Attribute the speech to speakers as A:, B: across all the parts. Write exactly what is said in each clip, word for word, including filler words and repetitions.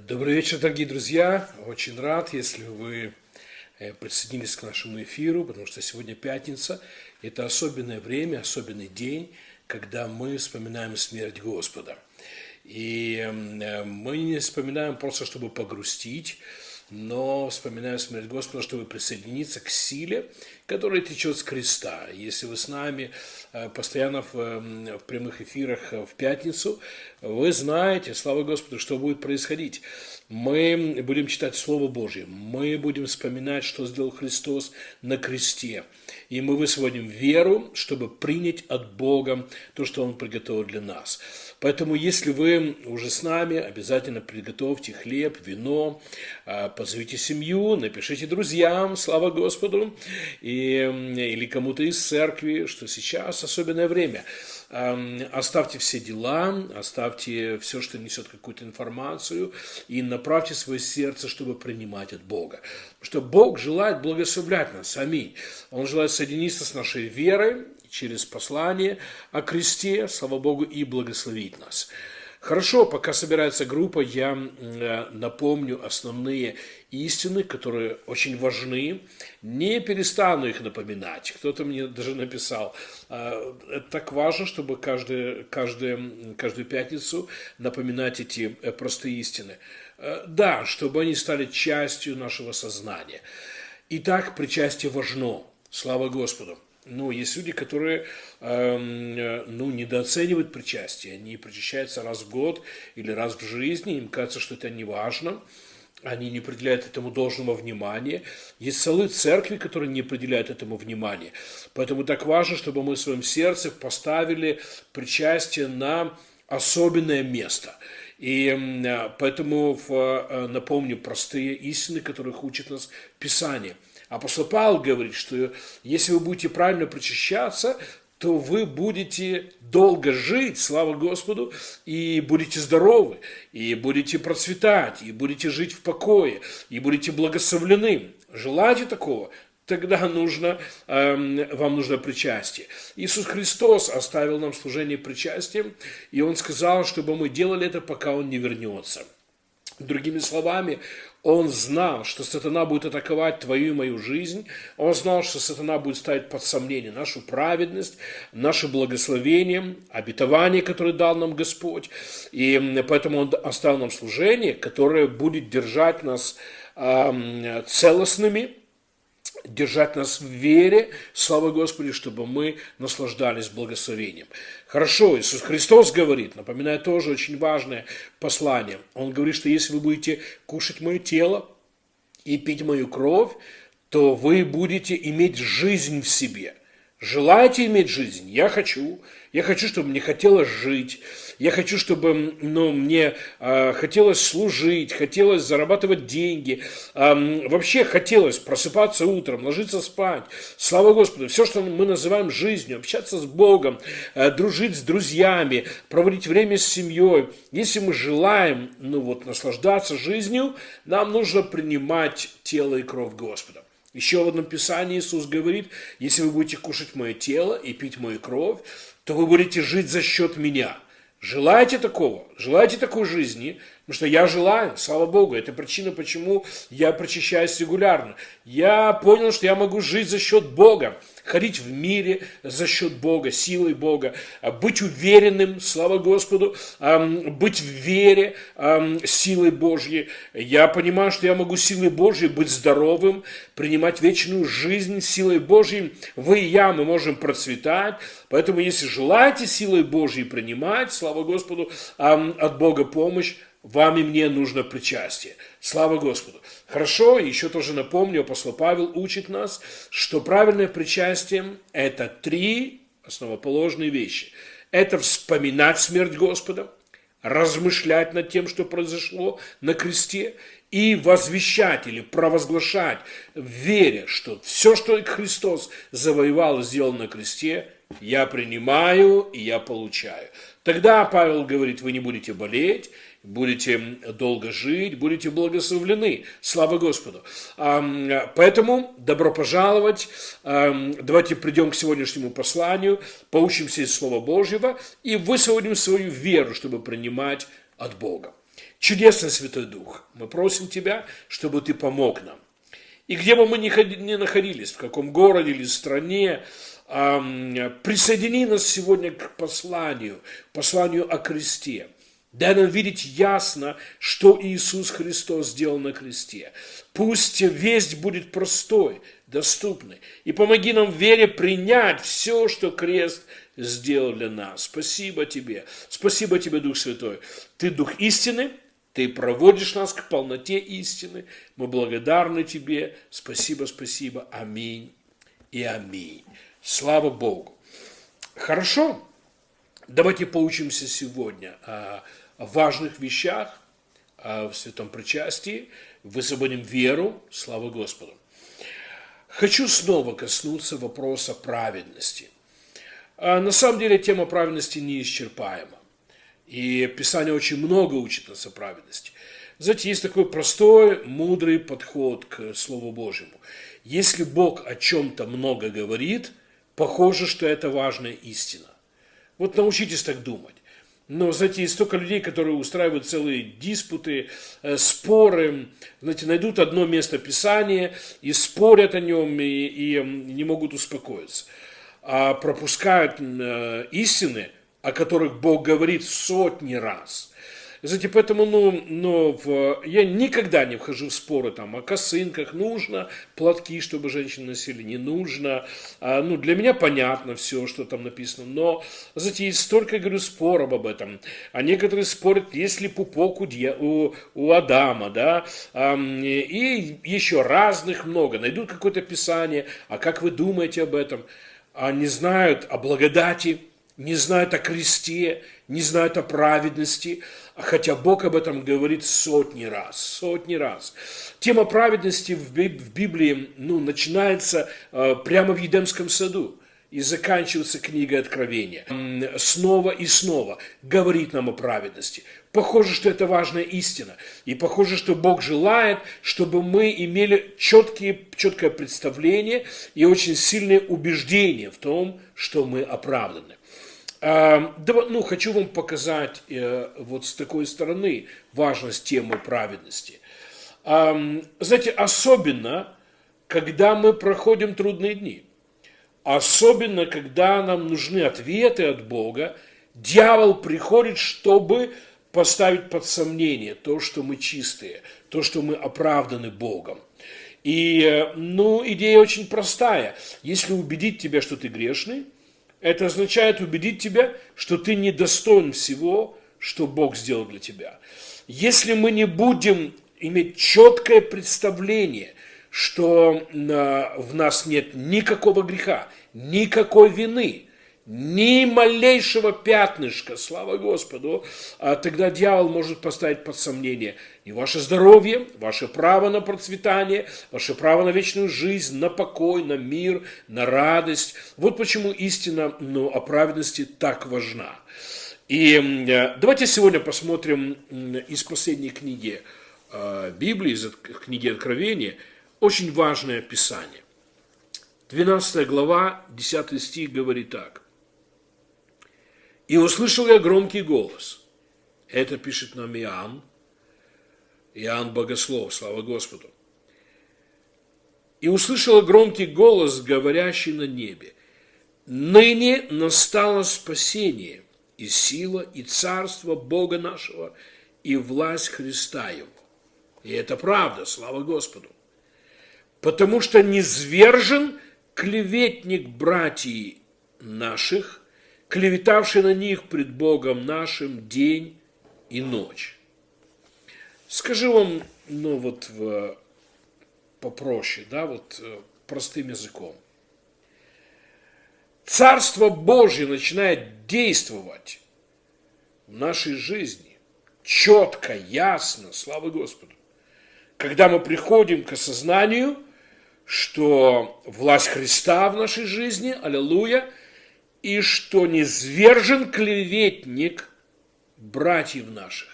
A: Добрый вечер, дорогие друзья. Очень рад, если вы присоединились к нашему эфиру, потому что сегодня пятница. Это особенное время, особенный день, когда мы вспоминаем смерть Господа. И мы не вспоминаем просто, чтобы погрустить, но вспоминаем смерть Господа, чтобы присоединиться к силе, которая течет с креста. Если вы с нами постоянно в, в прямых эфирах в пятницу, вы знаете, слава Господу, что будет происходить. Мы будем читать Слово Божье, мы будем вспоминать, что сделал Христос на кресте. И мы высвободим веру, чтобы принять от Бога то, что Он приготовил для нас. Поэтому, если вы уже с нами, обязательно приготовьте хлеб, вино, позовите семью, напишите друзьям, слава Господу, и, или кому-то из церкви, что сейчас особенное время. Оставьте все дела, оставьте все, что несет какую-то информацию, и направьте свое сердце, чтобы принимать от Бога. Потому что Бог желает благословлять нас, аминь. Он желает соединиться с нашей верой через послание о кресте, слава Богу, и благословить нас. Хорошо, пока собирается группа, я напомню основные истины, которые очень важны. Не перестану их напоминать. Кто-то мне даже написал, это так важно, чтобы каждую, каждую, каждую пятницу напоминать эти простые истины. Да, чтобы они стали частью нашего сознания. Итак, причастие важно. Слава Господу. Ну, есть люди, которые э, ну, недооценивают причастие. Они причащаются раз в год или раз в жизни. Им кажется, что это не важно. Они не определяют этому должного внимания. Есть целые церкви, которые не определяют этому внимания. Поэтому так важно, чтобы мы в своем сердце поставили причастие на особенное место. И поэтому напомню простые истины, которых учит нас Писание. Апостол Павел говорит, что если вы будете правильно причащаться, то вы будете долго жить, слава Господу, и будете здоровы, и будете процветать, и будете жить в покое, и будете благословлены. Желаете такого? Тогда нужно, э, вам нужно причастие. Иисус Христос оставил нам служение причастием, и Он сказал, чтобы мы делали это, пока Он не вернется. Другими словами, Он знал, что сатана будет атаковать твою и мою жизнь. Он знал, что сатана будет ставить под сомнение нашу праведность, наше благословение, обетование, которое дал нам Господь. И поэтому Он оставил нам служение, которое будет держать нас э, целостными, держать нас в вере, слава Господи, чтобы мы наслаждались благословением. Хорошо, Иисус Христос говорит, напоминаю тоже очень важное послание. Он говорит, что если вы будете кушать мое тело и пить мою кровь, то вы будете иметь жизнь в себе. Желаете иметь жизнь? Я хочу. Я хочу, чтобы мне хотелось жить. Я хочу, чтобы ну, мне э, хотелось служить, хотелось зарабатывать деньги. Э, вообще хотелось просыпаться утром, ложиться спать. Слава Господу. Все, что мы называем жизнью, общаться с Богом, э, дружить с друзьями, проводить время с семьей. Если мы желаем ну, вот, наслаждаться жизнью, нам нужно принимать тело и кровь Господа. Еще в одном Писании Иисус говорит, если вы будете кушать мое тело и пить мою кровь, то вы будете жить за счет меня. Желаете такого? Желаете такой жизни? Потому что я желаю, слава Богу. Это причина, почему я причащаюсь регулярно. Я понял, что я могу жить за счет Бога. Ходить в мире за счет Бога, силой Бога, быть уверенным, слава Господу, быть в вере силой Божьей. Я понимаю, что я могу силой Божьей быть здоровым, принимать вечную жизнь силой Божьей. Вы и я, мы можем процветать. Поэтому, если желаете силой Божьей принимать, слава Господу, от Бога помощь, вам и мне нужно причастие. Слава Господу. Хорошо, еще тоже напомню, апостол Павел учит нас, что правильное причастие – это три основоположные вещи. Это вспоминать смерть Господа, размышлять над тем, что произошло на кресте, и возвещать или провозглашать в вере, что все, что Христос завоевал и сделал на кресте, я принимаю и я получаю. Тогда Павел говорит, вы не будете болеть, будете долго жить, будете благословлены. Слава Господу. Поэтому добро пожаловать. Давайте придем к сегодняшнему посланию, поучимся из Слова Божьего и высвободим свою веру, чтобы принимать от Бога. Чудесный Святой Дух, мы просим Тебя, чтобы Ты помог нам. И где бы мы ни находились, в каком городе или стране, присоедини нас сегодня к посланию, посланию о кресте. Дай нам видеть ясно, что Иисус Христос сделал на кресте. Пусть весть будет простой, доступной. И помоги нам в вере принять все, что крест сделал для нас. Спасибо Тебе. Спасибо Тебе, Дух Святой. Ты Дух истины. Ты проводишь нас к полноте истины. Мы благодарны Тебе. Спасибо, спасибо. Аминь и аминь. Слава Богу. Хорошо. Давайте поучимся сегодня о важных вещах, в святом причастии, высвободим веру, слава Господу. Хочу снова коснуться вопроса праведности. На самом деле тема праведности неисчерпаема. И Писание очень много учит нас о праведности. Знаете, есть такой простой, мудрый подход к Слову Божьему. Если Бог о чем-то много говорит, похоже, что это важная истина. Вот научитесь так думать. Но, знаете, есть столько людей, которые устраивают целые диспуты, споры, знаете, найдут одно место Писания и спорят о нем, и, и не могут успокоиться. А пропускают истины, о которых Бог говорит сотни раз. Знаете, поэтому ну, ну, в, я никогда не вхожу в споры там, о косынках, нужно платки, чтобы женщины носили, не нужно. А, ну, для меня понятно все, что там написано, но, знаете, есть столько, я говорю, споров об этом. А некоторые спорят, есть ли пупок у, дья, у, у Адама, да, а, и еще разных много. Найдут какое-то писание, а как вы думаете об этом? А не знают о благодати, не знают о кресте, не знают о праведности, хотя Бог об этом говорит сотни раз, сотни раз. Тема праведности в Библии ну, начинается э, прямо в Едемском саду и заканчивается книгой Откровения. Снова и снова говорит нам о праведности. Похоже, что это важная истина. И похоже, что Бог желает, чтобы мы имели четкие, четкое представление и очень сильное убеждение в том, что мы оправданы. Ну, хочу вам показать вот с такой стороны важность темы праведности. Знаете, особенно, когда мы проходим трудные дни, особенно, когда нам нужны ответы от Бога, дьявол приходит, чтобы поставить под сомнение то, что мы чистые, то, что мы оправданы Богом. И, ну, идея очень простая. Если убедить тебя, что ты грешный, это означает убедить тебя, что ты недостоин всего, что Бог сделал для тебя. Если мы не будем иметь четкое представление, что в нас нет никакого греха, никакой вины, ни малейшего пятнышка, слава Господу, тогда дьявол может поставить под сомнение и ваше здоровье, ваше право на процветание, ваше право на вечную жизнь, на покой, на мир, на радость. Вот почему истина ну, о праведности так важна. И давайте сегодня посмотрим из последней книги Библии, из книги Откровения, очень важное Писание. двенадцатая глава, десятый стих говорит так. «И услышал я громкий голос». Это пишет нам Иоанн. Иоанн Богослов, слава Господу. «И услышал я громкий голос, говорящий на небе. Ныне настало спасение, и сила, и царство Бога нашего, и власть Христа Его». И это правда, слава Господу. «Потому что низвержен клеветник братьев наших, клеветавший на них пред Богом нашим день и ночь». Скажу вам, ну вот в, попроще, да, вот простым языком. Царство Божье начинает действовать в нашей жизни четко, ясно, слава Господу, когда мы приходим к осознанию, что власть Христа в нашей жизни, аллилуйя, и что низвержен клеветник братьев наших.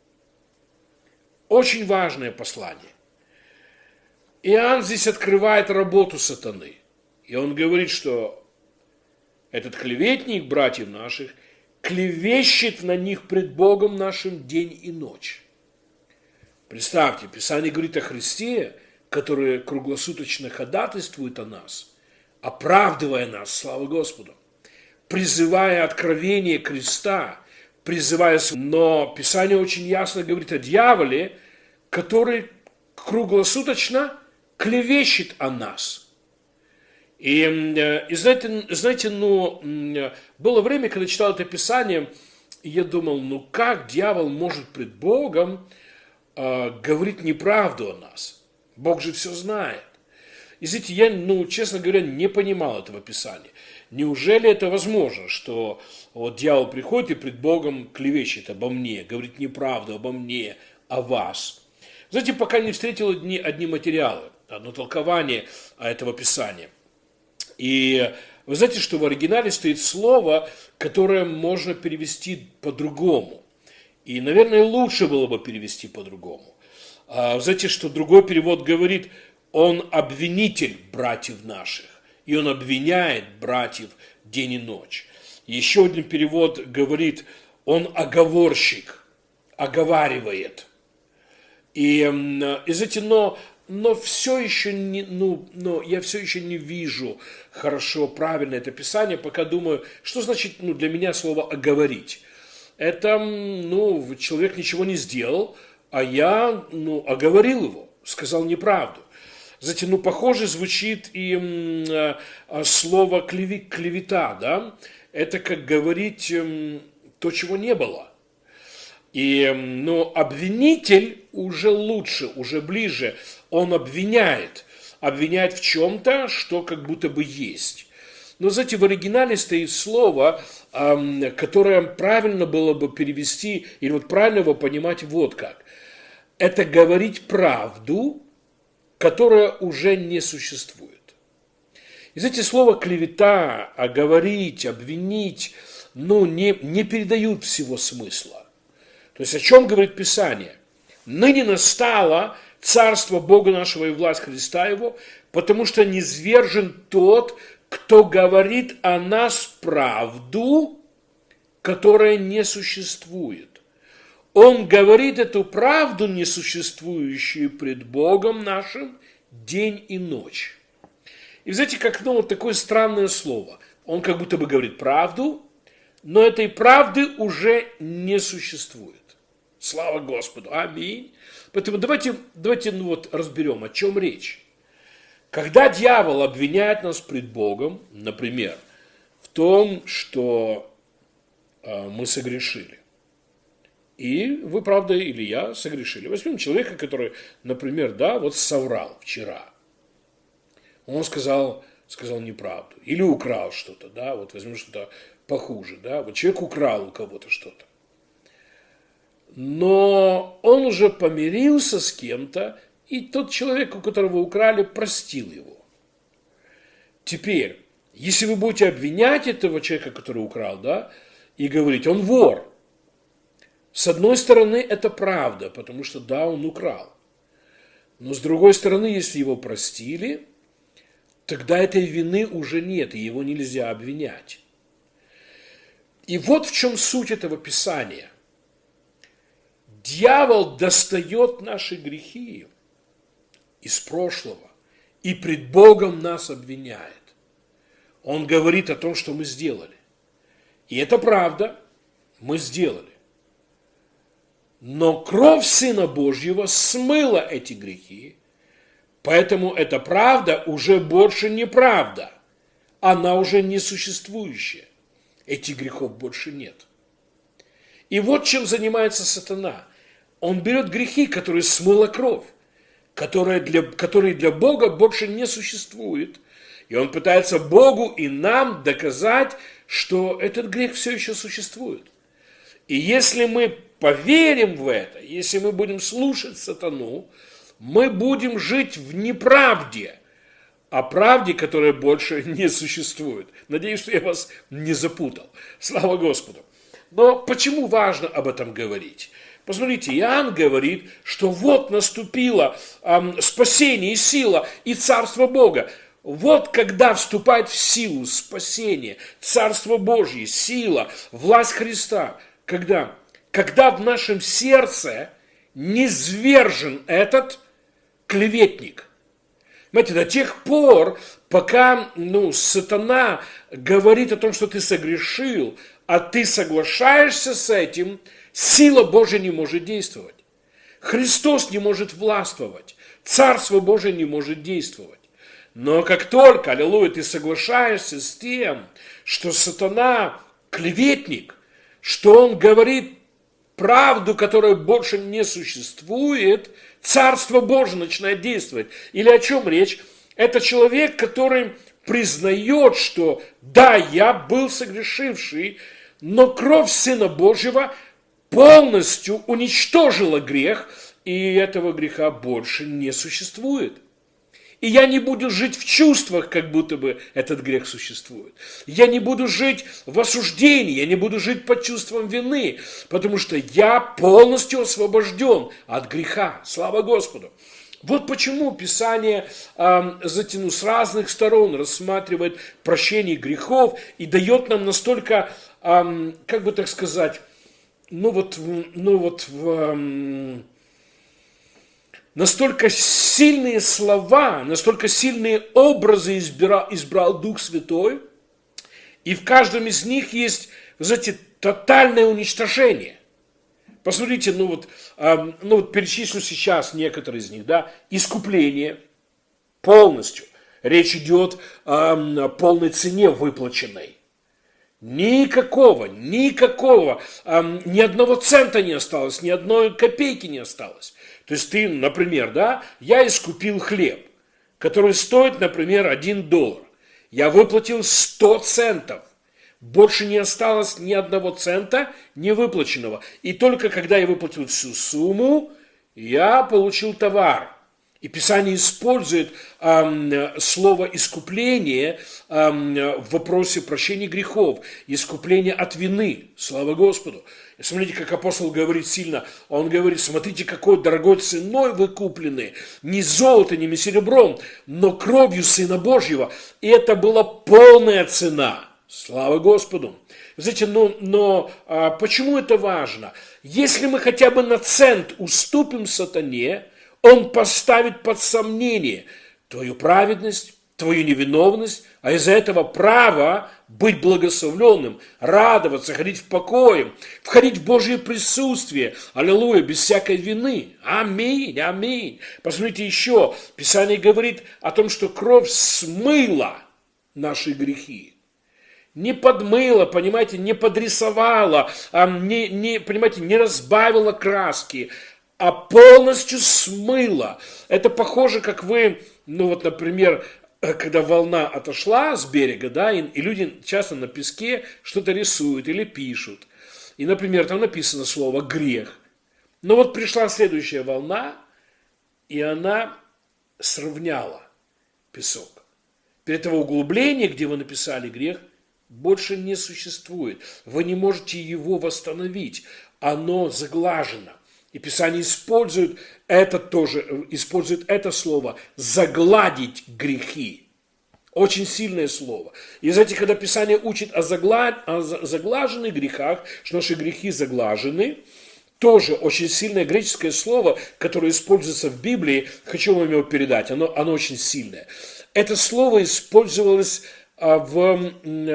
A: Очень важное послание. Иоанн здесь открывает работу сатаны. И он говорит, что этот клеветник братьев наших клевещет на них пред Богом нашим день и ночь. Представьте, Писание говорит о Христе, который круглосуточно ходатайствует о нас, оправдывая нас, слава Господу, призывая откровение креста, призывая... Но Писание очень ясно говорит о дьяволе, который круглосуточно клевещет о нас. И, и знаете, знаете, ну, было время, когда читал это Писание, и я думал, ну как дьявол может пред Богом э, говорить неправду о нас? Бог же все знает. И знаете, я, ну, честно говоря, не понимал этого Писания. Неужели это возможно, что вот дьявол приходит и пред Богом клевещет обо мне, говорит неправду обо мне, о вас? Знаете, пока не встретил одни, одни материалы, одно толкование этого Писания. И вы знаете, что в оригинале стоит слово, которое можно перевести по-другому. И, наверное, лучше было бы перевести по-другому. Вы знаете, что другой перевод говорит, он обвинитель братьев наших. И он обвиняет братьев день и ночь. Еще один перевод говорит, он оговорщик, оговаривает. И, и знаете, но... Но все еще не, ну, но я все еще не вижу хорошо, правильно это Писание, пока думаю, что значит, ну, для меня слово «оговорить». Это, ну, человек ничего не сделал, а я, ну, оговорил его, сказал неправду. Знаете, ну, похоже звучит и м, а, слово клеви, «клевета», да? Это как говорить м, то, чего не было. И, но обвинитель уже лучше, уже ближе. Он обвиняет. Обвиняет в чем-то, что как будто бы есть. Но, знаете, в оригинале стоит слово, которое правильно было бы перевести, или вот правильно его понимать вот как. Это говорить правду, которая уже не существует. И, знаете, слово «клевета», «оговорить», «обвинить», ну, не, не передают всего смысла. То есть о чем говорит Писание? Ныне настало царство Бога нашего и власть Христа Его, потому что низвержен тот, кто говорит о нас правду, которая не существует. Он говорит эту правду несуществующую пред Богом нашим день и ночь. И знаете, как ну, вот такое странное слово. Он как будто бы говорит правду, но этой правды уже не существует. Слава Господу. Аминь. Поэтому давайте, давайте ну вот разберем, о чем речь. Когда дьявол обвиняет нас пред Богом, например, в том, что э, мы согрешили. И вы, правда, или я согрешили. Возьмем человека, который, например, да, вот соврал вчера. Он сказал, сказал неправду. Или украл что-то, да, вот возьмем что-то похуже, да. Вот человек украл у кого-то что-то. Но он уже помирился с кем-то, и тот человек, у которого украли, простил его. Теперь, если вы будете обвинять этого человека, который украл, да, и говорить, он вор, с одной стороны, это правда, потому что, да, он украл. Но с другой стороны, если его простили, тогда этой вины уже нет, и его нельзя обвинять. И вот в чем суть этого Писания. Дьявол достает наши грехи из прошлого и пред Богом нас обвиняет. Он говорит о том, что мы сделали. И это правда, мы сделали. Но кровь Сына Божьего смыла эти грехи, поэтому эта правда уже больше не правда. Она уже не существующая. Этих грехов больше нет. И вот чем занимается сатана. Он берет грехи, которые смыла кровь, которые для, которые для Бога больше не существуют. И он пытается Богу и нам доказать, что этот грех все еще существует. И если мы поверим в это, если мы будем слушать сатану, мы будем жить в неправде, о правде, которая больше не существует. Надеюсь, что я вас не запутал. Слава Господу. Но почему важно об этом говорить? Посмотрите, Иоанн говорит, что вот наступило эм, спасение и сила, и царство Бога. Вот когда вступает в силу спасение, царство Божье, сила, власть Христа. Когда? Когда в нашем сердце низвержен этот клеветник. Понимаете, до тех пор, пока ну, сатана говорит о том, что ты согрешил, а ты соглашаешься с этим, сила Божия не может действовать. Христос не может властвовать. Царство Божие не может действовать. Но как только, аллилуйя, ты соглашаешься с тем, что сатана клеветник, что он говорит правду, которая больше не существует, Царство Божие начинает действовать. Или о чем речь? Это человек, который признает, что да, я был согрешивший, но кровь Сына Божьего полностью уничтожила грех, и этого греха больше не существует. И я не буду жить в чувствах, как будто бы этот грех существует. Я не буду жить в осуждении, я не буду жить под чувством вины, потому что я полностью освобожден от греха. Слава Господу! Вот почему Писание э, затяну с разных сторон рассматривает прощение грехов и дает нам настолько, э, как бы так сказать, ну вот, ну вот в... настолько сильные слова, настолько сильные образы избирал, избрал Дух Святой, и в каждом из них есть, вы знаете, тотальное уничтожение. Посмотрите, ну вот, э, ну вот перечислю сейчас некоторые из них, да, искупление полностью. Речь идет о полной цене выплаченной. Никакого, никакого, э, ни одного цента не осталось, ни одной копейки не осталось. То есть ты, например, да, я искупил хлеб, который стоит, например, один доллар. Я выплатил сто центов. Больше не осталось ни одного цента не выплаченного. И только когда я выплатил всю сумму, я получил товар. И Писание использует э, слово искупление э, в вопросе прощения грехов, искупление от вины. Слава Господу. И смотрите, как апостол говорит сильно. Он говорит, смотрите, какой дорогой ценой вы куплены. Не золото, не серебром, но кровью Сына Божьего. И это была полная цена. Слава Господу. Знаете, но, но а, почему это важно? Если мы хотя бы на цент уступим сатане, он поставит под сомнение твою праведность, твою невиновность, а из-за этого право быть благословленным, радоваться, ходить в покое, входить в Божье присутствие, аллилуйя, без всякой вины. Аминь, аминь. Посмотрите еще, Писание говорит о том, что кровь смыла наши грехи. Не подмыла, понимаете, не подрисовала, не, не, понимаете, не разбавила краски, а полностью смыла. Это похоже, как вы, ну вот, например, когда волна отошла с берега, да, и, и люди часто на песке что-то рисуют или пишут. И, например, там написано слово «грех». Но вот пришла следующая волна, и она сравняла песок. Перед этого углубления, где вы написали «грех», больше не существует. Вы не можете его восстановить. Оно заглажено. И Писание использует это тоже, использует это слово «загладить грехи». Очень сильное слово. И знаете, когда Писание учит о, загла... о заглаженных грехах, что наши грехи заглажены, тоже очень сильное греческое слово, которое используется в Библии, хочу вам его передать, оно, оно очень сильное. Это слово использовалось В,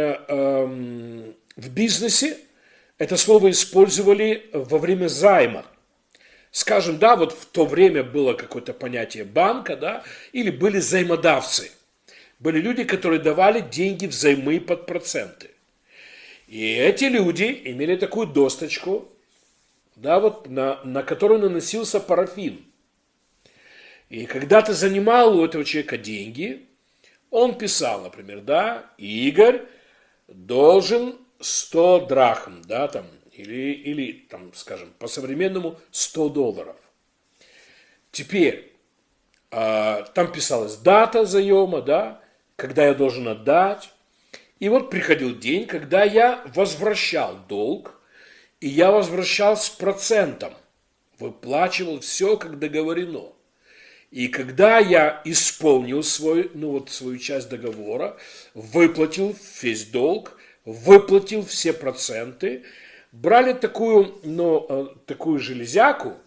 A: в бизнесе, это слово использовали во время займа. Скажем, да, вот в то время было какое-то понятие банка, да, или были займодавцы. Были люди, которые давали деньги взаймы под проценты. И эти люди имели такую досточку, да, вот, на, на которую наносился парафин. И когда ты занимал у этого человека деньги, он писал, например, да, Игорь должен сто драхм, да, там, или, или там, скажем, по-современному сто долларов. Теперь, э, там писалась дата заема, да, когда я должен отдать. И вот приходил день, когда я возвращал долг, и я возвращал с процентом, выплачивал все, как договорено. И когда я исполнил свой, ну вот, свою часть договора, выплатил весь долг, выплатил все проценты, брали такую, ну, такую железяку,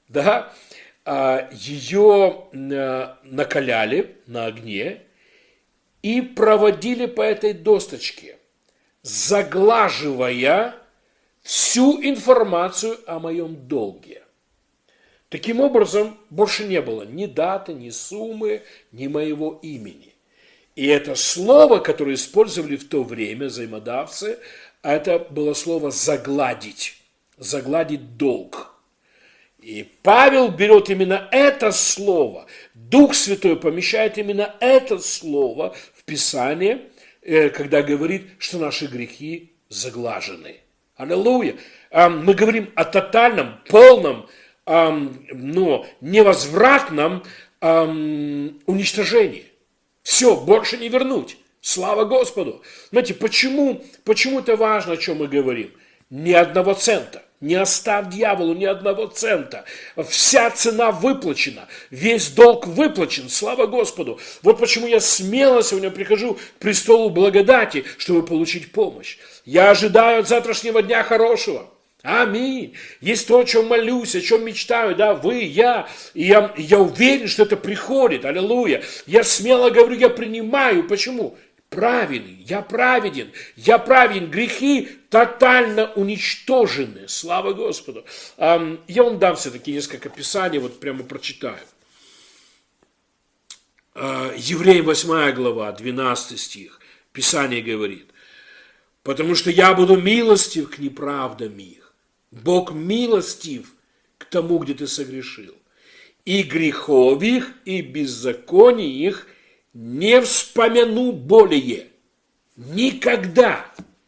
A: да, ее накаляли на огне и проводили по этой досточке, заглаживая всю информацию о моем долге. Таким образом, больше не было ни даты, ни суммы, ни моего имени. И это слово, которое использовали в то время взаимодавцы, это было слово «загладить», «загладить долг». И Павел берет именно это слово, Дух Святой помещает именно это слово в Писание, когда говорит, что наши грехи заглажены. Аллилуйя! Мы говорим о тотальном, полном, но невозвратном уничтожении. Все, больше не вернуть. Слава Господу! Знаете, почему, почему это важно, о чем мы говорим? Ни одного цента. Не оставь дьяволу ни одного цента. Вся цена выплачена. Весь долг выплачен. Слава Господу. Вот почему я смело сегодня прихожу к престолу благодати, чтобы получить помощь. Я ожидаю от завтрашнего дня хорошего. Аминь. Есть то, о чем молюсь, о чем мечтаю, да, вы, я. И я, я уверен, что это приходит. Аллилуйя. Я смело говорю, я принимаю. Почему? Праведный, я праведен, я праведен, грехи тотально уничтожены, слава Господу. Я вам дам все-таки несколько писаний, вот прямо прочитаю. Евреям восьмая глава, двенадцатый стих, Писание говорит: «Потому что я буду милостив к неправдам их, Бог милостив к тому, где ты согрешил, и грехов их, и беззаконий их не вспомяну более. Никогда,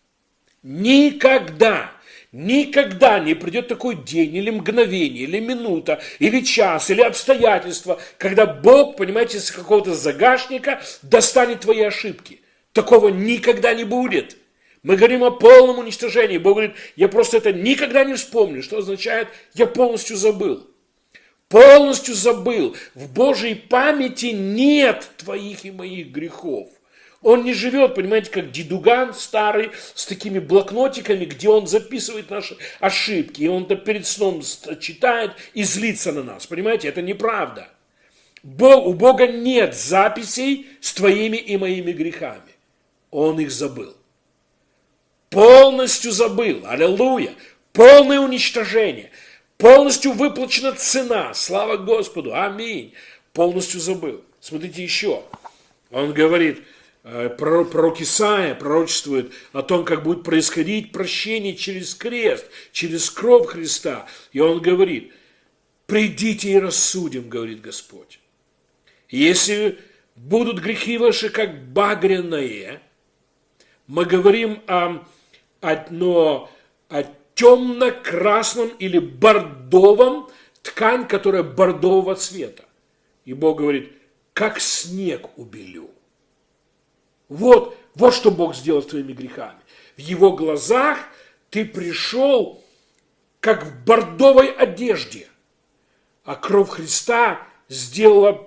A: никогда, никогда не придет такой день, или мгновение, или минута, или час, или обстоятельство, когда Бог, понимаете, с какого-то загашника достанет твои ошибки. Такого никогда не будет. Мы говорим о полном уничтожении. Бог говорит, я просто это никогда не вспомню. Что означает, я полностью забыл. Полностью забыл. В Божьей памяти нет твоих и моих грехов. Он не живет, понимаете, как дедуган старый с такими блокнотиками, где он записывает наши ошибки. И он то перед сном читает и злится на нас. Понимаете, это неправда. Бог, у Бога нет записей с твоими и моими грехами. Он их забыл. Полностью забыл. Аллилуйя. Полное уничтожение. Полностью выплачена цена. Слава Господу. Аминь. Полностью забыл. Смотрите еще. Он говорит, пророк Исаия пророчествует о том, как будет происходить прощение через крест, через кровь Христа. И он говорит, придите и рассудим, говорит Господь. Если будут грехи ваши, как багряное, мы говорим о, о, о темно-красном или бордовом ткань, которая бордового цвета. И Бог говорит, как снег убелю. Вот, вот что Бог сделал с твоими грехами. В Его глазах ты пришел, как в бордовой одежде. А кровь Христа сделала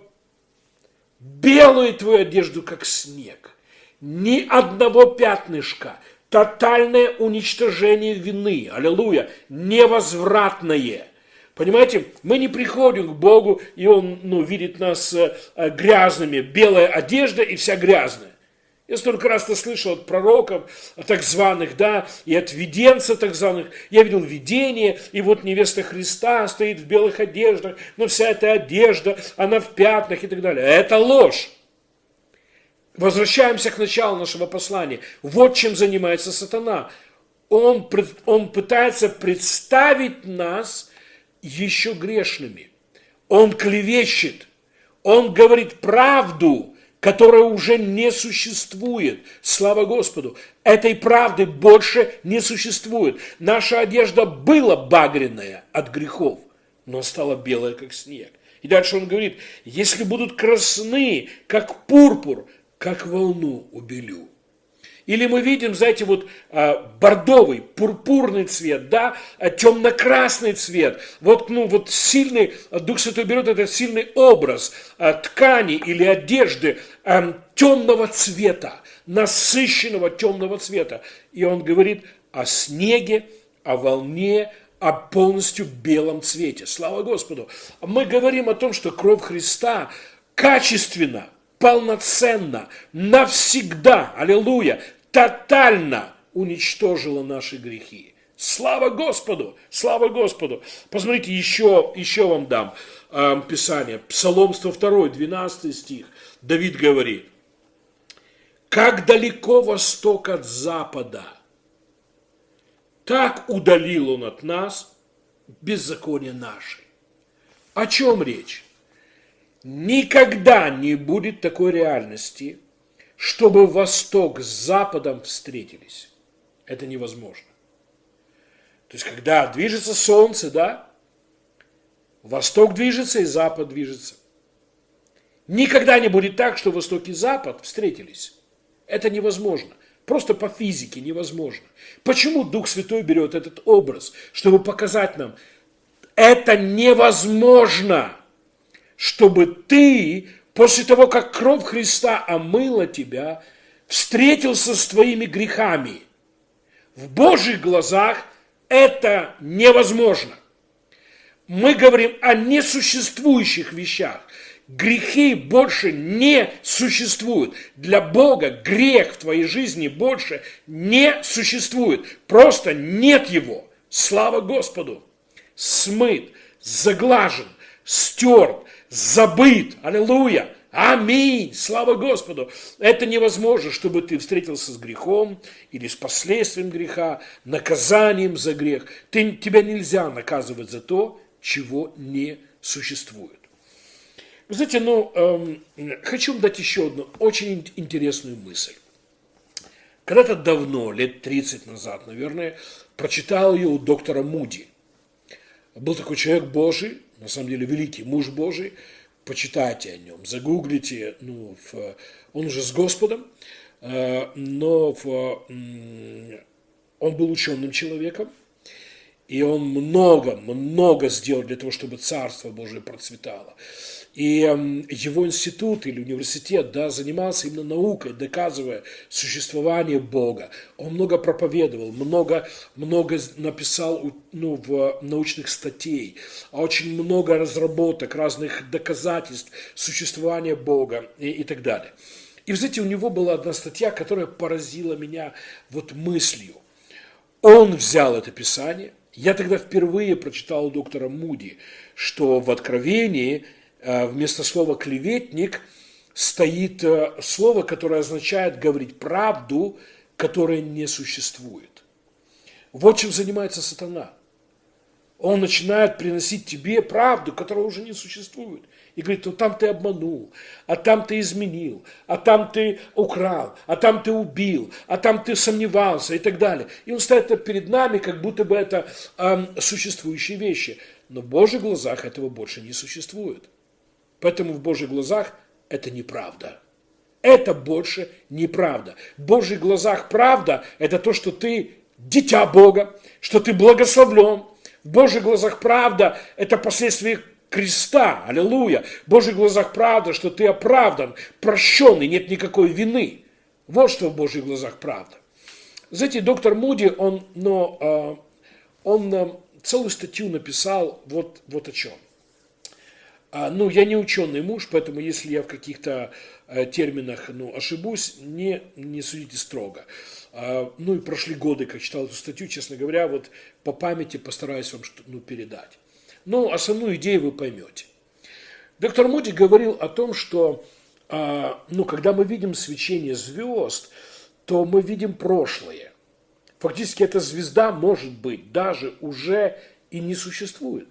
A: белую твою одежду, как снег. Ни одного пятнышка. Тотальное уничтожение вины. Аллилуйя. Невозвратное. Понимаете, мы не приходим к Богу, и Он ну, видит нас э, грязными. Белая одежда и вся грязная. Я столько раз это слышал от пророков, так званых, да, и от виденцев так званых. Я видел видение, и вот невеста Христа стоит в белых одеждах, но вся эта одежда, она в пятнах и так далее. Это ложь. Возвращаемся к началу нашего послания. Вот чем занимается сатана. Он, он пытается представить нас еще грешными. Он клевещет. Он говорит правду, которая уже не существует. Слава Господу. Этой правды больше не существует. Наша одежда была багряная от грехов, но стала белая, как снег. И дальше он говорит, если будут красны, как пурпур, как волну убелю. Или мы видим, знаете, вот бордовый, пурпурный цвет, да, темно-красный цвет. Вот, ну, вот сильный, Дух Святой берет этот сильный образ ткани или одежды темного цвета, насыщенного темного цвета. И он говорит о снеге, о волне, о полностью белом цвете. Слава Господу. Мы говорим о том, что кровь Христа качественно, полноценно, навсегда, аллилуйя, тотально уничтожила наши грехи. Слава Господу! Слава Господу! Посмотрите, еще, еще вам дам э, Писание. Псалом сто два, двенадцатый стих. Давид говорит: «Как далеко восток от запада, так удалил он от нас беззаконие наше». О чем речь? Никогда не будет такой реальности, чтобы Восток с Западом встретились. Это невозможно. То есть, когда движется Солнце, да, Восток движется и Запад движется. Никогда не будет так, что Восток и Запад встретились. Это невозможно. Просто по физике невозможно. Почему Дух Святой берет этот образ? Чтобы показать нам, это невозможно, чтобы ты, после того, как кровь Христа омыла тебя, встретился с твоими грехами. В Божьих глазах это невозможно. Мы говорим о несуществующих вещах. Грехи больше не существуют. Для Бога грех в твоей жизни больше не существует. Просто нет его. Слава Господу. Смыт, заглажен, стерт, забыт. Аллилуйя. Аминь. Слава Господу. Это невозможно, чтобы ты встретился с грехом или с последствием греха, наказанием за грех. Ты, тебя нельзя наказывать за то, чего не существует. Вы знаете, ну, эм, хочу вам дать еще одну очень интересную мысль. Когда-то давно, лет тридцать назад, наверное, прочитал ее у доктора Муди. Был такой человек Божий, на самом деле великий муж Божий. Почитайте о нем, загуглите. Ну, в, он уже с Господом, э, но в, э, он был ученым человеком. И он много-много сделал для того, чтобы Царство Божие процветало. И его институт или университет, да, занимался именно наукой, доказывая существование Бога. Он много проповедовал, много, много написал, ну, в научных статей, очень много разработок, разных доказательств существования Бога и, и так далее. И, вы знаете, у него была одна статья, которая поразила меня вот мыслью. Он взял это Писание. Я тогда впервые прочитал у доктора Муди, что в Откровении вместо слова «клеветник» стоит слово, которое означает говорить правду, которая не существует. Вот чем занимается сатана. Он начинает приносить тебе правду, которая уже не существует. И говорит: вот там ты обманул, а там ты изменил, а там ты украл, а там ты убил, а там ты сомневался и так далее. И он ставит это перед нами, как будто бы это э, существующие вещи. Но в Божьих глазах этого больше не существует. Поэтому в Божьих глазах это неправда. Это больше неправда. В Божьих глазах правда – это то, что ты дитя Бога, что ты благословлен. В Божьих глазах правда – это последствия креста. Аллилуйя. В Божьих глазах правда, что ты оправдан, прощенный, нет никакой вины. Вот что в Божьих глазах правда. Знаете, доктор Муди, он, но, он целую статью написал вот, вот о чем. Ну, я не ученый муж, поэтому если я в каких-то терминах, ну, ошибусь, не, не судите строго. Ну, и прошли годы, как читал эту статью, честно говоря, вот по памяти постараюсь вам, ну, передать. Ну, основную идею вы поймете. Доктор Муди говорил о том, что, ну, когда мы видим свечение звезд, то мы видим прошлое. Фактически эта звезда, может быть, даже уже и не существует.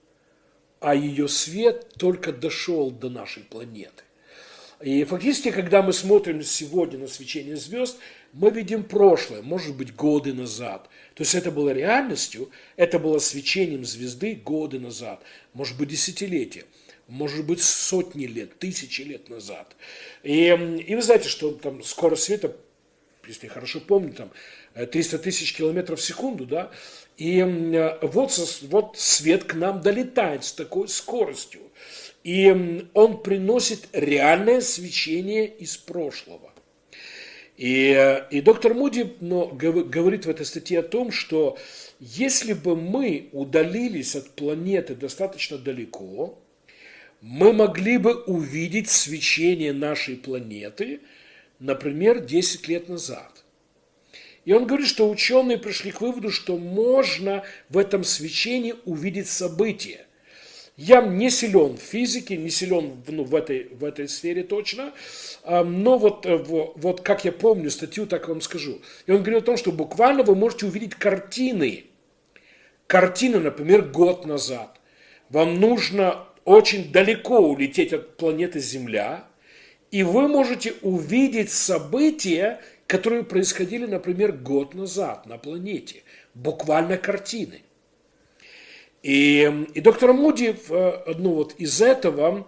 A: А ее свет только дошел до нашей планеты. И фактически, когда мы смотрим сегодня на свечение звезд, мы видим прошлое, может быть, годы назад. То есть это было реальностью, это было свечением звезды годы назад, может быть, десятилетия, может быть, сотни лет, тысячи лет назад. И, и вы знаете, что там скорость света, если я хорошо помню, там триста тысяч километров в секунду, да, и вот, вот свет к нам долетает с такой скоростью. И он приносит реальное свечение из прошлого. И, и доктор Муди но, говорит в этой статье о том, что если бы мы удалились от планеты достаточно далеко, мы могли бы увидеть свечение нашей планеты, например, десять лет назад. И он говорит, что ученые пришли к выводу, что можно в этом свечении увидеть события. Я не силен в физике, не силен ну, в, этой, в этой сфере точно, но вот, вот как я помню статью, так вам скажу. И он говорит о том, что буквально вы можете увидеть картины. Картины, например, год назад. Вам нужно очень далеко улететь от планеты Земля, и вы можете увидеть события, которые происходили, например, год назад на планете. Буквально картины. И, и доктор Муди ну, вот из этого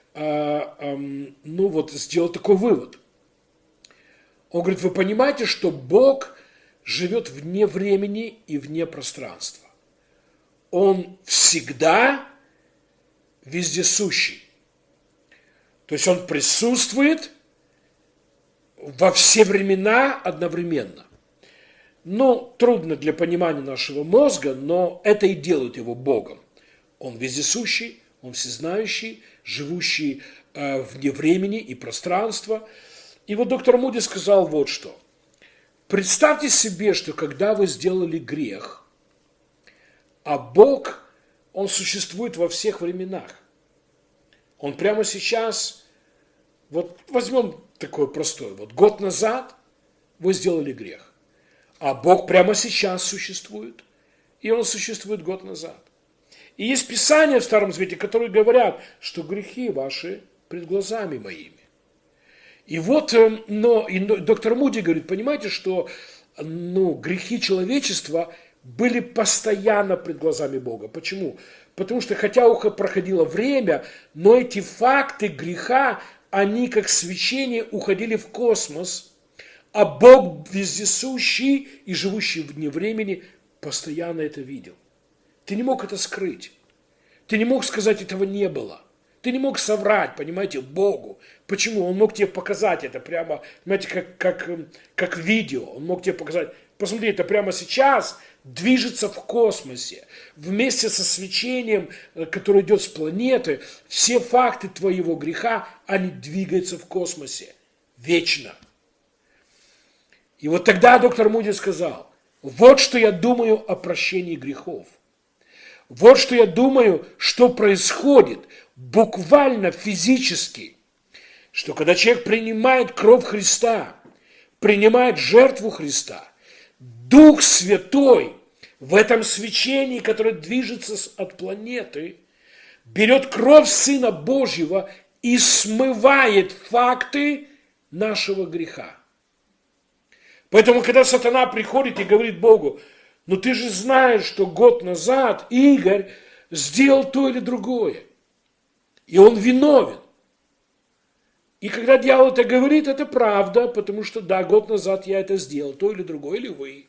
A: ну, вот, сделал такой вывод. Он говорит, вы понимаете, что Бог живет вне времени и вне пространства. Он всегда вездесущий. То есть он присутствует во все времена одновременно. Ну, трудно для понимания нашего мозга, но это и делает его Богом. Он вездесущий, он всезнающий, живущий э, вне времени и пространства. И вот доктор Муди сказал вот что. Представьте себе, что когда вы сделали грех, а Бог, Он существует во всех временах. Он прямо сейчас, вот возьмем такой простой, вот год назад вы сделали грех. А Бог прямо сейчас существует, и Он существует год назад. И есть Писания в Старом Завете, которые говорят, что грехи ваши пред глазами моими. И вот, но, и доктор Муди говорит, понимаете, что ну, грехи человечества были постоянно пред глазами Бога. Почему? Потому что хотя проходило время, но эти факты греха, они как свечение уходили в космос, а Бог вездесущий и живущий вне времени постоянно это видел. Ты не мог это скрыть. Ты не мог сказать, этого не было. Ты не мог соврать, понимаете, Богу. Почему? Он мог тебе показать это прямо, понимаете, как, как, как видео. Он мог тебе показать, посмотри, это прямо сейчас движется в космосе. Вместе со свечением, которое идет с планеты, все факты твоего греха, они двигаются в космосе. Вечно. И вот тогда доктор Муди сказал, вот что я думаю о прощении грехов. Вот что я думаю, что происходит буквально физически, что когда человек принимает кровь Христа, принимает жертву Христа, Дух Святой в этом свечении, которое движется от планеты, берет кровь Сына Божьего и смывает факты нашего греха. Поэтому, когда сатана приходит и говорит Богу, ну ты же знаешь, что год назад Игорь сделал то или другое, и он виновен. И когда дьявол это говорит, это правда, потому что да, год назад я это сделал, то или другое, или вы.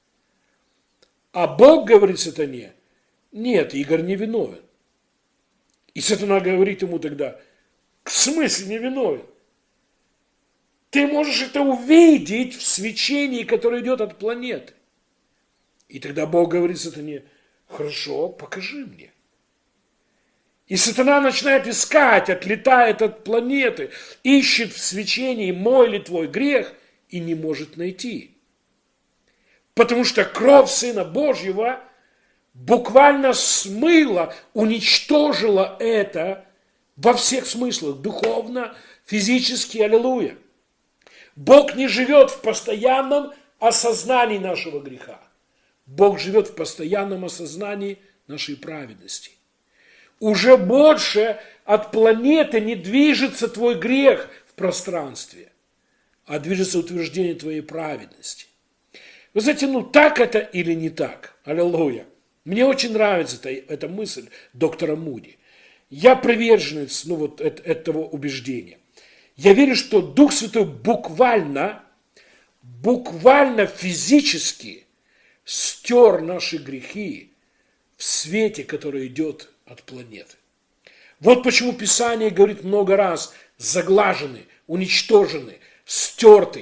A: А Бог говорит сатане, нет, Игорь не виновен. И сатана говорит ему тогда, в смысле не виновен? Ты можешь это увидеть в свечении, которое идет от планеты. И тогда Бог говорит сатане, хорошо, покажи мне. И сатана начинает искать, отлетает от планеты, ищет в свечении, мой ли твой грех, и не может найти. Потому что кровь Сына Божьего буквально смыла, уничтожила это во всех смыслах, духовно, физически, аллилуйя. Бог не живет в постоянном осознании нашего греха. Бог живет в постоянном осознании нашей праведности. Уже больше от планеты не движется твой грех в пространстве, а движется утверждение твоей праведности. Вы знаете, ну так это или не так? Аллилуйя. Мне очень нравится эта, эта мысль доктора Муди. Я приверженец ну, вот, этого убеждения. Я верю, что Дух Святой буквально, буквально физически стер наши грехи в свете, который идет от планеты. Вот почему Писание говорит много раз: заглажены, уничтожены, стерты.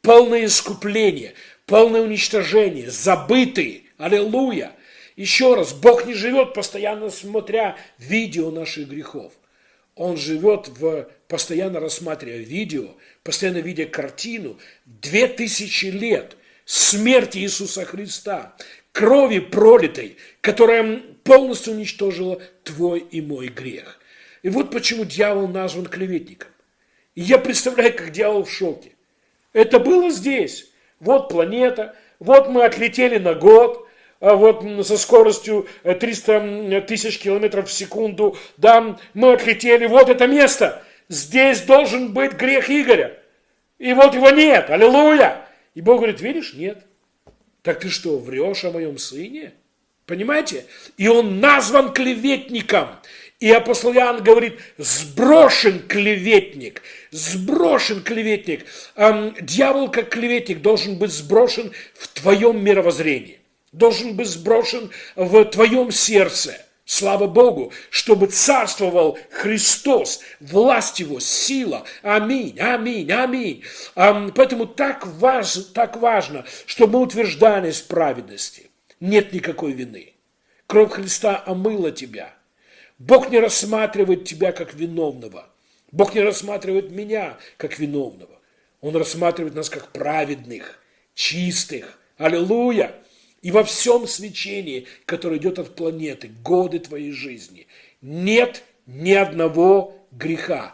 A: полное искупление, полное уничтожение, забыты. Аллилуйя. Еще раз, Бог не живет, постоянно смотря видео наших грехов. Он живет, в, постоянно рассматривая видео, постоянно видя картину. Две тысячи лет смерти Иисуса Христа, крови пролитой, которая полностью уничтожила твой и мой грех. И вот почему дьявол назван клеветником. И я представляю, как дьявол в шоке. Это было здесь. Вот планета, вот мы отлетели на год, а вот со скоростью триста тысяч километров в секунду, да, мы отлетели, вот это место. Здесь должен быть грех Игоря. И вот его нет, аллилуйя. И Бог говорит, видишь, нет. Так ты что, врешь о моем сыне? Понимаете? И он назван клеветником. И апостол Иоанн говорит, сброшен клеветник, сброшен клеветник. Эм, дьявол как клеветник должен быть сброшен в твоем мировоззрении, должен быть сброшен в твоем сердце. Слава Богу, чтобы царствовал Христос, власть Его, сила. Аминь, аминь, аминь. Эм, поэтому так, важ, так важно, чтобы мы утверждались в праведности. Нет никакой вины. Кровь Христа омыла тебя. Бог не рассматривает тебя как виновного. Бог не рассматривает меня как виновного. Он рассматривает нас как праведных, чистых. Аллилуйя! И во всем свечении, которое идет от планеты, годы твоей жизни, нет ни одного греха.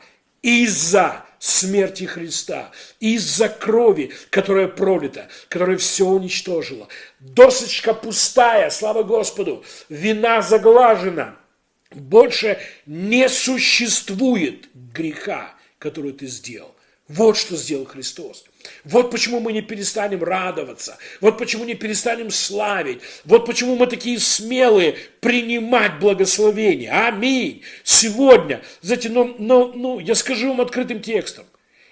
A: Из-за смерти Христа, из-за крови, которая пролита, которая все уничтожила. Досочка пустая, слава Господу, вина заглажена. Больше не существует греха, который ты сделал. Вот что сделал Христос. Вот почему мы не перестанем радоваться. Вот почему не перестанем славить. Вот почему мы такие смелые принимать благословение. Аминь. Сегодня, знаете, ну, ну, ну, я скажу вам открытым текстом.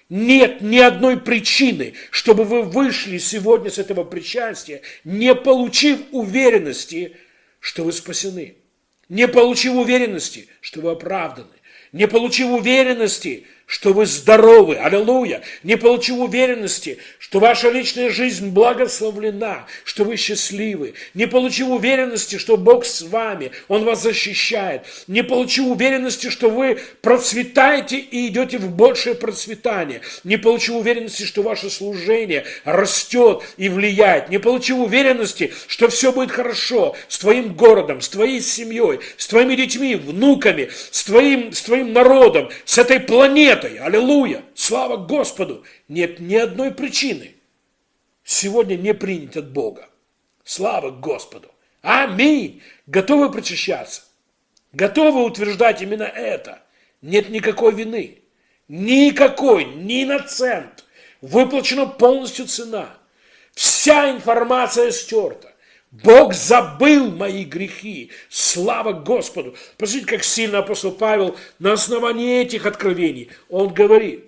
A: Нет ни одной причины, чтобы вы вышли сегодня с этого причастия, не получив уверенности, что вы спасены. Не получив уверенности, что вы оправданы. Не получив уверенности, что вы здоровы, аллилуйя, не получив уверенности, что ваша личная жизнь благословлена, что вы счастливы, не получив уверенности, что Бог с вами, Он вас защищает, не получив уверенности, что вы процветаете и идете в большее процветание, не получив уверенности, что ваше служение растет и влияет, не получив уверенности, что все будет хорошо с твоим городом, с твоей семьей, с твоими детьми, внуками, с твоим, с твоим народом, с этой планетой. Аллилуйя! Слава Господу! Нет ни одной причины сегодня не принять от Бога. Слава Господу! Аминь! Готовы причащаться? Готовы утверждать именно это? Нет никакой вины. Никакой, ни на цент. Выплачена полностью цена. Вся информация стерта. Бог забыл мои грехи. Слава Господу. Посмотрите, как сильно апостол Павел на основании этих откровений, он говорит.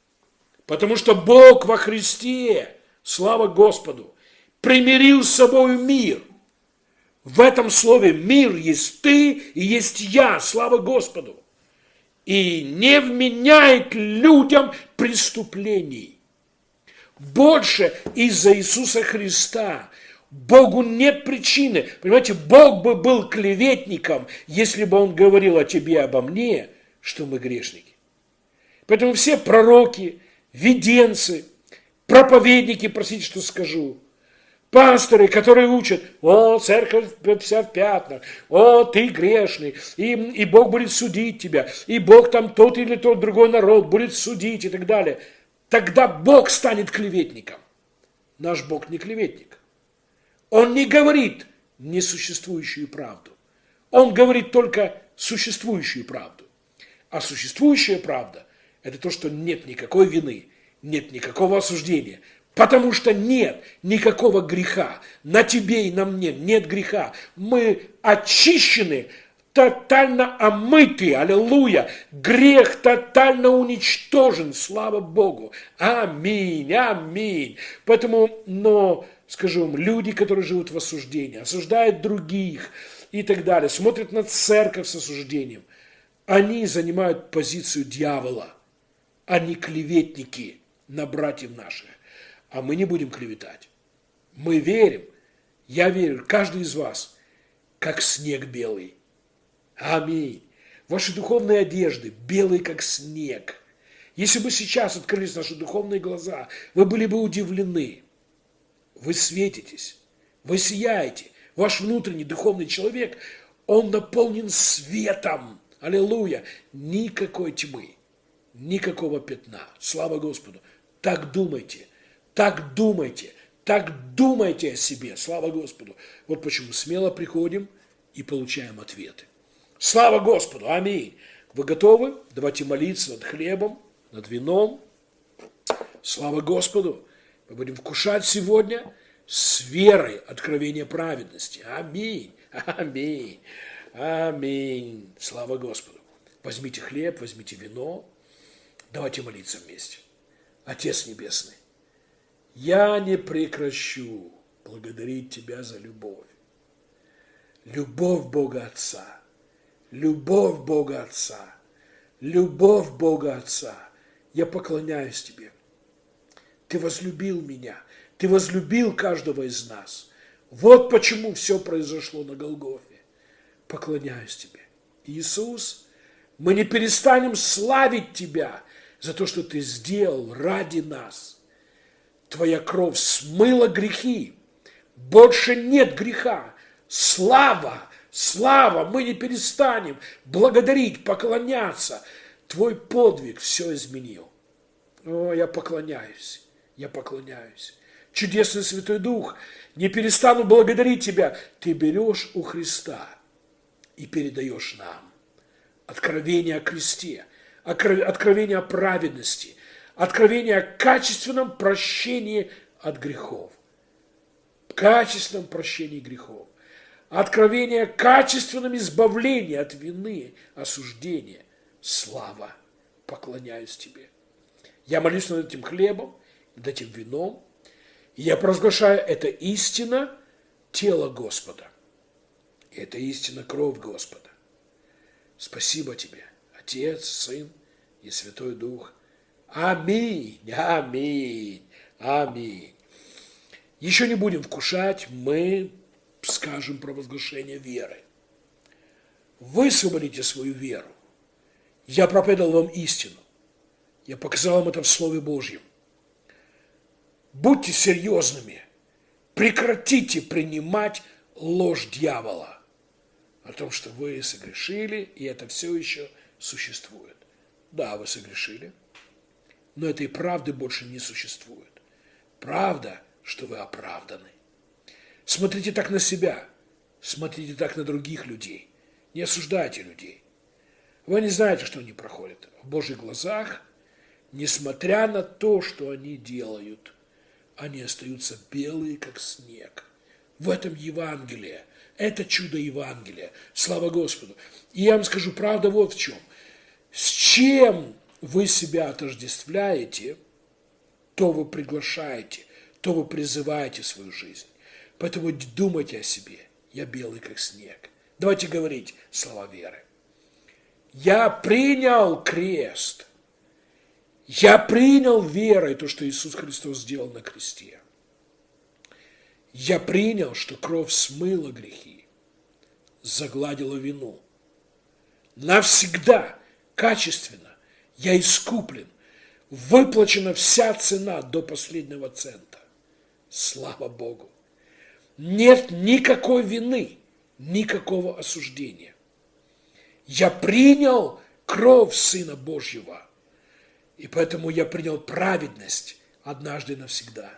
A: Потому что Бог во Христе, слава Господу, примирил с собой мир. В этом слове мир есть ты и есть я, слава Господу. И не вменяет людям преступлений. Больше из-за Иисуса Христа Богу нет причины. Понимаете, Бог бы был клеветником, если бы Он говорил о тебе, обо мне, что мы грешники. Поэтому все пророки, виденцы, проповедники, простите, что скажу, пасторы, которые учат, о, церковь вся в пятнах, о, ты грешный, и, и Бог будет судить тебя, и Бог там тот или тот другой народ будет судить и так далее. Тогда Бог станет клеветником. Наш Бог не клеветник. Он не говорит несуществующую правду. Он говорит только существующую правду. А существующая правда – это то, что нет никакой вины, нет никакого осуждения, потому что нет никакого греха. На тебе и на мне нет греха. Мы очищены, тотально омыты, аллилуйя. Грех тотально уничтожен, слава Богу. Аминь, аминь. Поэтому, но... Скажу вам, люди, которые живут в осуждении, осуждают других и так далее, смотрят на церковь с осуждением, они занимают позицию дьявола, они клеветники на братьев наших. а мы не будем клеветать. Мы верим, я верю, каждый из вас, как снег белый. Аминь. Ваши духовные одежды белые, как снег. Если бы сейчас открылись наши духовные глаза, вы были бы удивлены. Вы светитесь, вы сияете. Ваш внутренний духовный человек, он наполнен светом. Аллилуйя. Никакой тьмы, никакого пятна. Слава Господу. Так думайте, так думайте, так думайте о себе. Слава Господу. Вот почему смело приходим и получаем ответы. Слава Господу. Аминь. Вы готовы? Давайте молиться над хлебом, над вином. Слава Господу. Мы будем вкушать сегодня с верой откровение праведности. Аминь. Аминь. Аминь. Слава Господу. Возьмите хлеб, возьмите вино. Давайте молиться вместе. Отец Небесный, я не прекращу благодарить Тебя за любовь. Любовь Бога Отца. Любовь Бога Отца. Любовь Бога Отца. Я поклоняюсь Тебе. Ты возлюбил меня. Ты возлюбил каждого из нас. Вот почему все произошло на Голгофе. Поклоняюсь Тебе. Иисус, мы не перестанем славить Тебя за то, что Ты сделал ради нас. Твоя кровь смыла грехи. Больше нет греха. Слава, слава, мы не перестанем благодарить, поклоняться. Твой подвиг все изменил. О, я поклоняюсь, я поклоняюсь. Чудесный Святой Дух, не перестану благодарить Тебя. Ты берешь у Христа и передаешь нам откровение о кресте, откровение о праведности, откровение о качественном прощении от грехов, качественном прощении грехов, откровение о качественном избавлении от вины, осуждения. Слава, поклоняюсь Тебе. Я молюсь над этим хлебом, над этим вином, и я провозглашаю, это истина тела Господа. И это истина кровь Господа. Спасибо Тебе, Отец, Сын и Святой Дух. Аминь, аминь, аминь. Еще не будем вкушать, мы скажем провозглашение веры. Высвободите свою веру. Я проповедовал вам истину. Я показал вам это в Слове Божьем. Будьте серьезными. Прекратите принимать ложь дьявола о том, что вы согрешили, и это все еще существует. Да, вы согрешили, но этой правды больше не существует. Правда, что вы оправданы. Смотрите так на себя, смотрите так на других людей. Не осуждайте людей. Вы не знаете, что они проходят. В Божьих глазах, несмотря на то, что они делают, они остаются белые, как снег. В этом Евангелие. Это чудо Евангелия. Слава Господу. И я вам скажу, правда вот в чем. С чем вы себя отождествляете, то вы приглашаете, то вы призываете в свою жизнь. Поэтому думайте о себе. Я белый, как снег. Давайте говорить слова веры. Я принял крест. Я принял верой то, что Иисус Христос сделал на кресте. Я принял, что кровь смыла грехи, загладила вину. Навсегда, качественно, я искуплен. Выплачена вся цена до последнего цента. Слава Богу. Нет никакой вины, никакого осуждения. Я принял кровь Сына Божьего. И поэтому я принял праведность однажды и навсегда.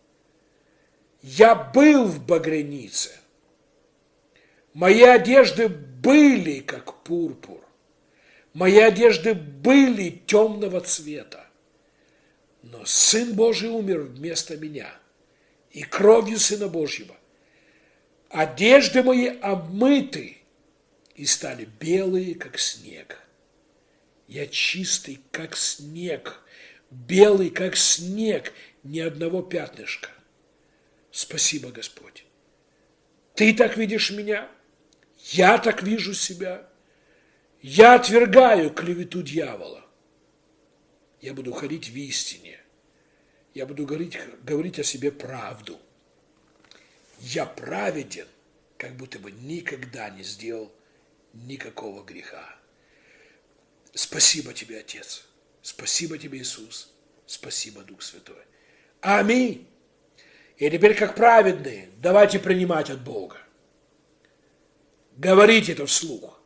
A: Я был в багрянице. Мои одежды были, как пурпур. Мои одежды были темного цвета. Но Сын Божий умер вместо меня. И кровью Сына Божьего одежды мои обмыты и стали белые, как снег. Я чистый, как снег, белый, как снег, ни одного пятнышка. Спасибо, Господь. Ты так видишь меня, я так вижу себя. Я отвергаю клевету дьявола. Я буду ходить в истине. я буду говорить, говорить о себе правду. Я праведен, как будто бы никогда не сделал никакого греха. Спасибо тебе, Отец. Спасибо тебе, Иисус. Спасибо, Дух Святой. Аминь. И теперь, как праведные, давайте принимать от Бога. Говорите это вслух.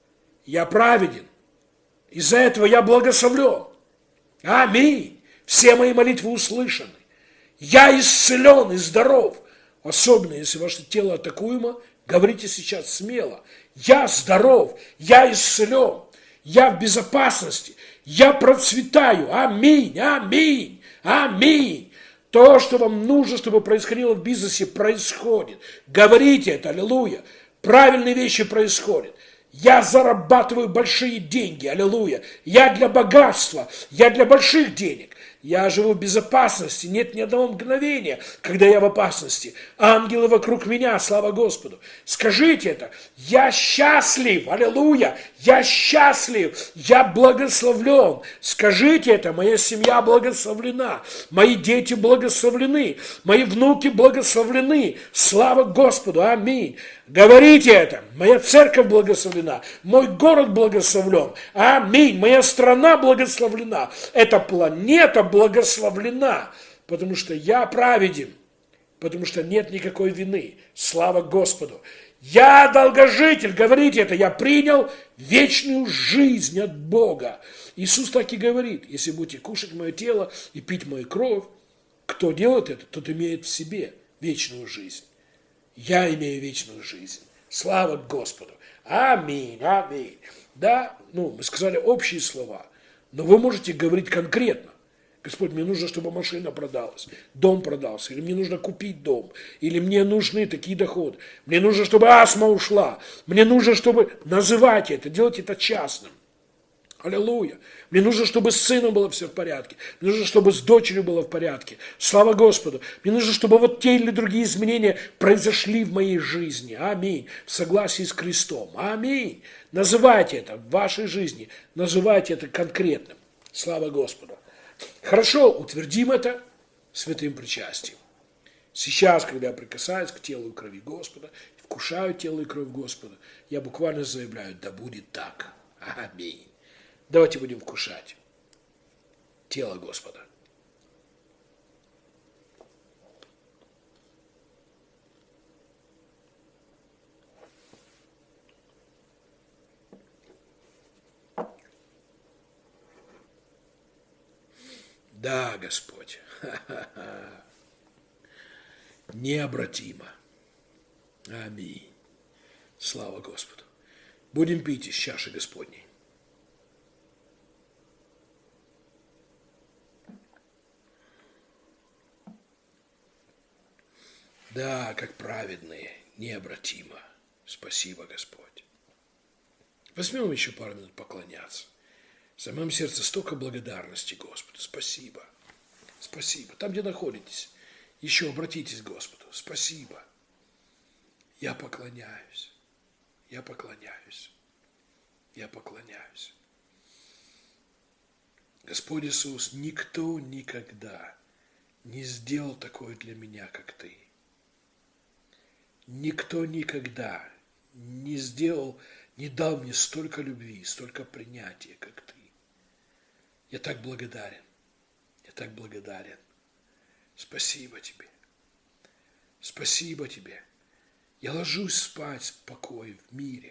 A: Я праведен. Из-за этого я благословлен. Аминь. Все мои молитвы услышаны. Я исцелен и здоров. Особенно, если ваше тело атакуемо, говорите сейчас смело. Я здоров, я исцелен, я в безопасности, я процветаю. Аминь, аминь, аминь. То, что вам нужно, чтобы происходило в бизнесе, происходит. Говорите это, аллилуйя. Правильные вещи происходят. Я зарабатываю большие деньги, аллилуйя. Я для богатства, я для больших денег. Я живу в безопасности, нет ни одного мгновения, когда я в опасности. Ангелы вокруг меня, слава Господу. Скажите это, я счастлив, аллилуйя, я счастлив, я благословлен. Скажите это, моя семья благословлена, мои дети благословлены, мои внуки благословлены. Слава Господу, аминь. Говорите это, моя церковь благословлена, мой город благословлен, аминь, моя страна благословлена, эта планета благословлена, потому что я праведен, потому что нет никакой вины, слава Господу. Я долгожитель, говорите это, я принял вечную жизнь от Бога. Иисус так и говорит, если будете кушать мое тело и пить мою кровь, кто делает это, тот имеет в себе вечную жизнь. Я имею вечную жизнь. Слава Господу. Аминь, аминь. Да, ну, мы сказали общие слова, но вы можете говорить конкретно. Господь, мне нужно, чтобы машина продалась, дом продался, или мне нужно купить дом, или мне нужны такие доходы, мне нужно, чтобы астма ушла, мне нужно, чтобы... Называйте это, делайте это частным. Аллилуйя. Мне нужно, чтобы с сыном было все в порядке. Мне нужно, чтобы с дочерью было в порядке. Слава Господу. Мне нужно, чтобы вот те или другие изменения произошли в моей жизни. Аминь. В согласии с Христом. Аминь. Называйте это в вашей жизни. Называйте это конкретным. Слава Господу. Хорошо, утвердим это святым причастием. Сейчас, когда я прикасаюсь к телу и крови Господа, вкушаю тело и кровь Господа, я буквально заявляю, да будет так. Аминь. Давайте будем вкушать тело Господа. Да, Господь, необратимо. Аминь. Слава Господу. Будем пить из чаши Господней. Да, как праведные, необратимо. Спасибо, Господь. Возьмем еще пару минут поклоняться. В самом сердце столько благодарности Господу. Спасибо. Спасибо. Там, где находитесь, еще обратитесь к Господу. Спасибо. Я поклоняюсь. Я поклоняюсь. Я поклоняюсь. Господь Иисус, никто никогда не сделал такое для меня, как Ты. Никто никогда не сделал, не дал мне столько любви, столько принятия, как Ты. Я так благодарен. Я так благодарен. Спасибо Тебе. Спасибо Тебе. Я ложусь спать в покое в мире.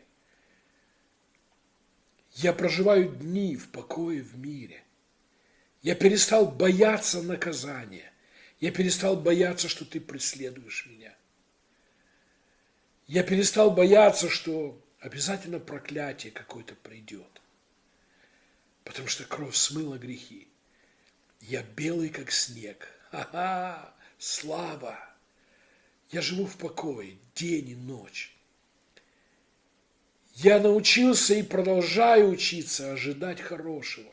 A: Я проживаю дни в покое в мире. Я перестал бояться наказания. Я перестал бояться, что Ты преследуешь меня. Я перестал бояться, что обязательно проклятие какое-то придет. Потому что кровь смыла грехи. Я белый, как снег. Ха-ха! Слава! Я живу в покое день и ночь. Я научился и продолжаю учиться ожидать хорошего.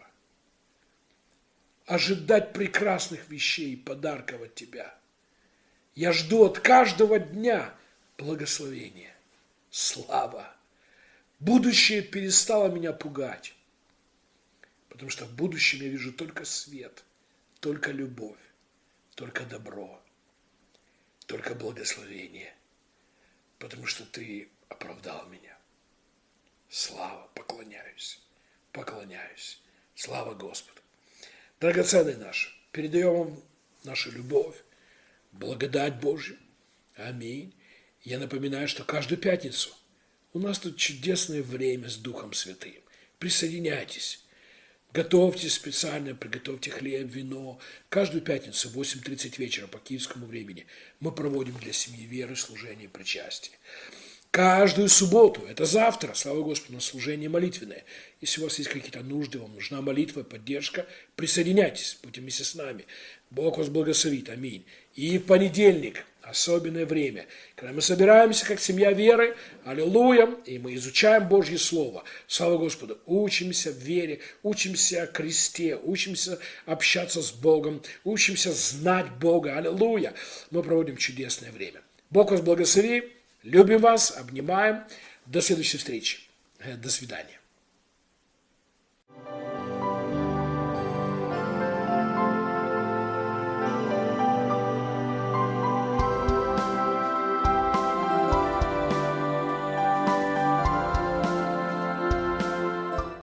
A: Ожидать прекрасных вещей, подарков от Тебя. Я жду от каждого дня благословения. Слава! Будущее перестало меня пугать. Потому что в будущем я вижу только свет, только любовь, только добро, только благословение, потому что Ты оправдал меня. Слава, поклоняюсь, поклоняюсь. Слава Господу. Драгоценные наши, передаем вам нашу любовь, благодать Божью. Аминь. Я напоминаю, что каждую пятницу у нас тут чудесное время с Духом Святым. Присоединяйтесь. Готовьте специально, приготовьте хлеб, вино. Каждую пятницу в восемь тридцать вечера по киевскому времени мы проводим для семьи веры служение и причастие. Каждую субботу, это завтра, слава Господу, на служение молитвенное. Если у вас есть какие-то нужды, вам нужна молитва, поддержка, присоединяйтесь, будьте вместе с нами. Бог вас благословит, аминь. И в понедельник, особенное время, когда мы собираемся как семья веры, аллилуйя, и мы изучаем Божье Слово. Слава Господу, учимся в вере, учимся о кресте, учимся общаться с Богом, учимся знать Бога, аллилуйя. Мы проводим чудесное время. Бог вас благослови. Любим вас, обнимаем. До следующей встречи. До свидания.